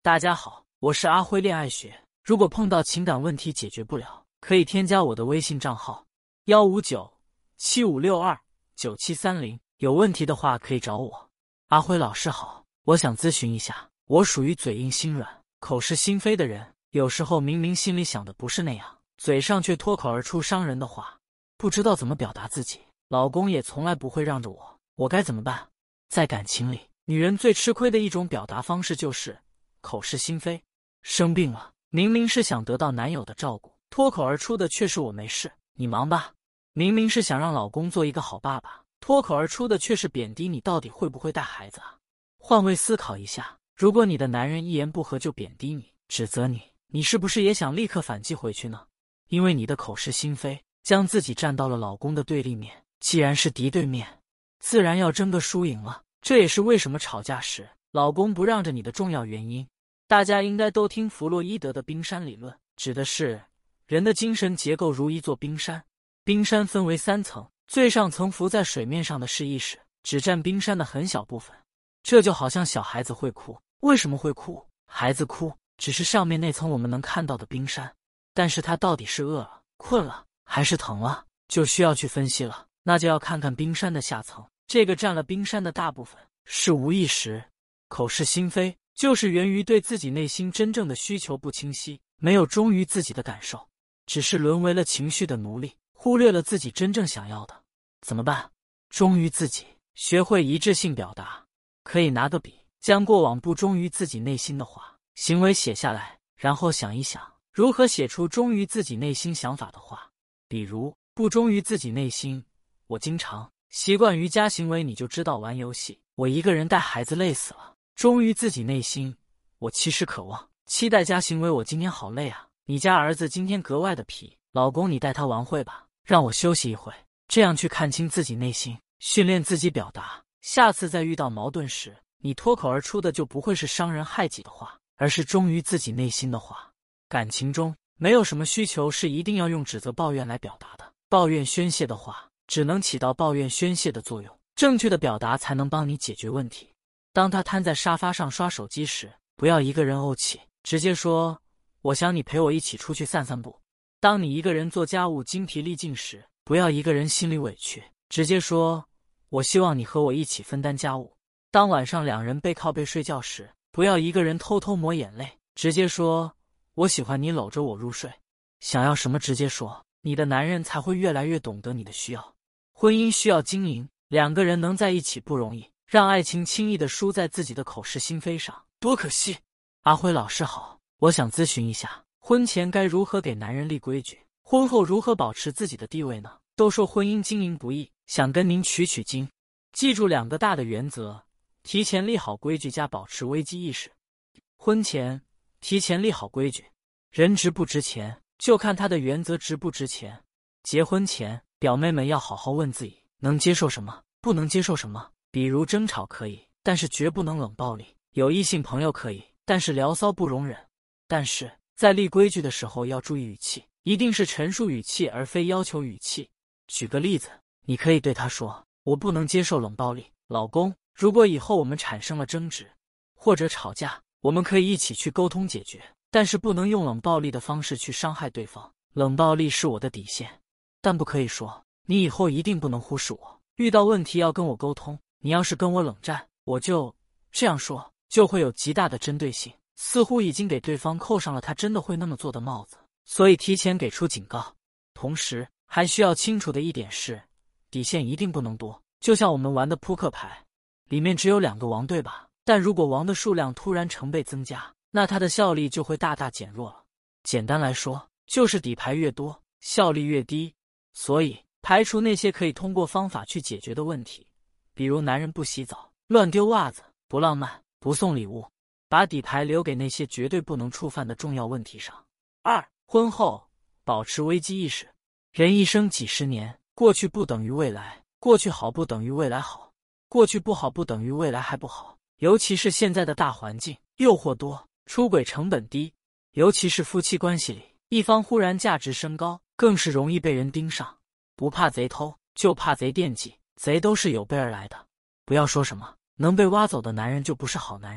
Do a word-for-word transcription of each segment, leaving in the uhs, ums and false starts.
大家好，我是阿辉恋爱学。如果碰到情感问题解决不了，可以添加我的微信账号幺五九七五六二九七三零，有问题的话可以找我。阿辉老师好，我想咨询一下，我属于嘴硬心软、口是心非的人，有时候明明心里想的不是那样，嘴上却脱口而出伤人的话，不知道怎么表达自己，老公也从来不会让着我，我该怎么办？在感情里，女人最吃亏的一种表达方式就是口是心非。生病了，明明是想得到男友的照顾，脱口而出的却是我没事，你忙吧。明明是想让老公做一个好爸爸，脱口而出的却是贬低你到底会不会带孩子啊。换位思考一下，如果你的男人一言不合就贬低你、指责你，你是不是也想立刻反击回去呢？因为你的口是心非，将自己站到了老公的对立面，既然是敌对面，自然要争个输赢了。这也是为什么吵架时老公不让着你的重要原因。大家应该都听弗洛伊德的冰山理论，指的是人的精神结构如一座冰山，冰山分为三层，最上层浮在水面上的是意识，只占冰山的很小部分。这就好像小孩子会哭，为什么会哭？孩子哭只是上面那层我们能看到的冰山，但是他到底是饿了、困了还是疼了，就需要去分析了。那就要看看冰山的下层，这个占了冰山的大部分是无意识。口是心非就是源于对自己内心真正的需求不清晰，没有忠于自己的感受，只是沦为了情绪的奴隶，忽略了自己真正想要的。怎么办？忠于自己，学会一致性表达。可以拿个笔，将过往不忠于自己内心的话、行为写下来，然后想一想如何写出忠于自己内心想法的话。比如，不忠于自己内心，我经常习惯瑜伽行为，你就知道玩游戏，我一个人带孩子累死了。忠于自己内心，我其实渴望期待家行为，我今天好累啊，你家儿子今天格外的皮，老公你带他玩会吧，让我休息一会。这样去看清自己内心，训练自己表达，下次再遇到矛盾时，你脱口而出的就不会是伤人害己的话，而是忠于自己内心的话。感情中没有什么需求是一定要用指责抱怨来表达的，抱怨宣泄的话只能起到抱怨宣泄的作用，正确的表达才能帮你解决问题。当他瘫在沙发上刷手机时，不要一个人怄气，直接说我想你陪我一起出去散散步。当你一个人做家务精疲力尽时，不要一个人心里委屈，直接说我希望你和我一起分担家务。当晚上两人背靠背睡觉时，不要一个人偷偷抹眼泪，直接说我喜欢你搂着我入睡。想要什么直接说，你的男人才会越来越懂得你的需要。婚姻需要经营，两个人能在一起不容易，让爱情轻易地输在自己的口是心非上，多可惜。阿辉老师好，我想咨询一下，婚前该如何给男人立规矩，婚后如何保持自己的地位呢？都说婚姻经营不易，想跟您取取经。记住两个大的原则，提前立好规矩加保持危机意识。婚前提前立好规矩，人值不值钱，就看他的原则值不值钱。结婚前，表妹们要好好问自己，能接受什么，不能接受什么。比如争吵可以，但是绝不能冷暴力；有异性朋友可以，但是聊骚不容忍。但是在立规矩的时候要注意语气，一定是陈述语气而非要求语气。举个例子，你可以对他说，我不能接受冷暴力，老公，如果以后我们产生了争执或者吵架，我们可以一起去沟通解决，但是不能用冷暴力的方式去伤害对方，冷暴力是我的底线。但不可以说，你以后一定不能忽视我，遇到问题要跟我沟通，你要是跟我冷战，我就这样说，就会有极大的针对性，似乎已经给对方扣上了他真的会那么做的帽子，所以提前给出警告。同时还需要清楚的一点是，底线一定不能多，就像我们玩的扑克牌，里面只有两个王对吧？但如果王的数量突然成倍增加，那它的效力就会大大减弱了。简单来说，就是底牌越多，效力越低。所以排除那些可以通过方法去解决的问题，比如男人不洗澡、乱丢袜子、不浪漫、不送礼物，把底牌留给那些绝对不能触犯的重要问题上。二、婚后保持危机意识。人一生几十年，过去不等于未来，过去好不等于未来好，过去不好不等于未来还不好。尤其是现在的大环境，诱惑多，出轨成本低，尤其是夫妻关系里，一方忽然价值升高，更是容易被人盯上。不怕贼偷，就怕贼惦记，贼都是有备而来的。不要说什么能被挖走的男人就不是好男人，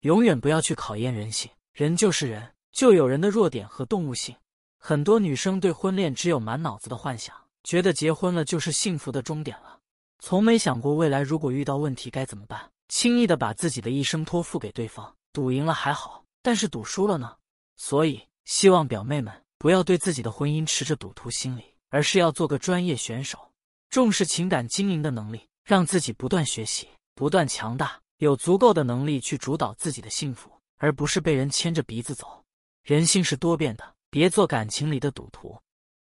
永远不要去考验人性，人就是人，就有人的弱点和动物性。很多女生对婚恋只有满脑子的幻想，觉得结婚了就是幸福的终点了，从没想过未来如果遇到问题该怎么办，轻易的把自己的一生托付给对方，赌赢了还好，但是赌输了呢？所以希望表妹们不要对自己的婚姻持着赌徒心理，而是要做个专业选手，重视情感经营的能力，让自己不断学习，不断强大，有足够的能力去主导自己的幸福，而不是被人牵着鼻子走。人性是多变的，别做感情里的赌徒。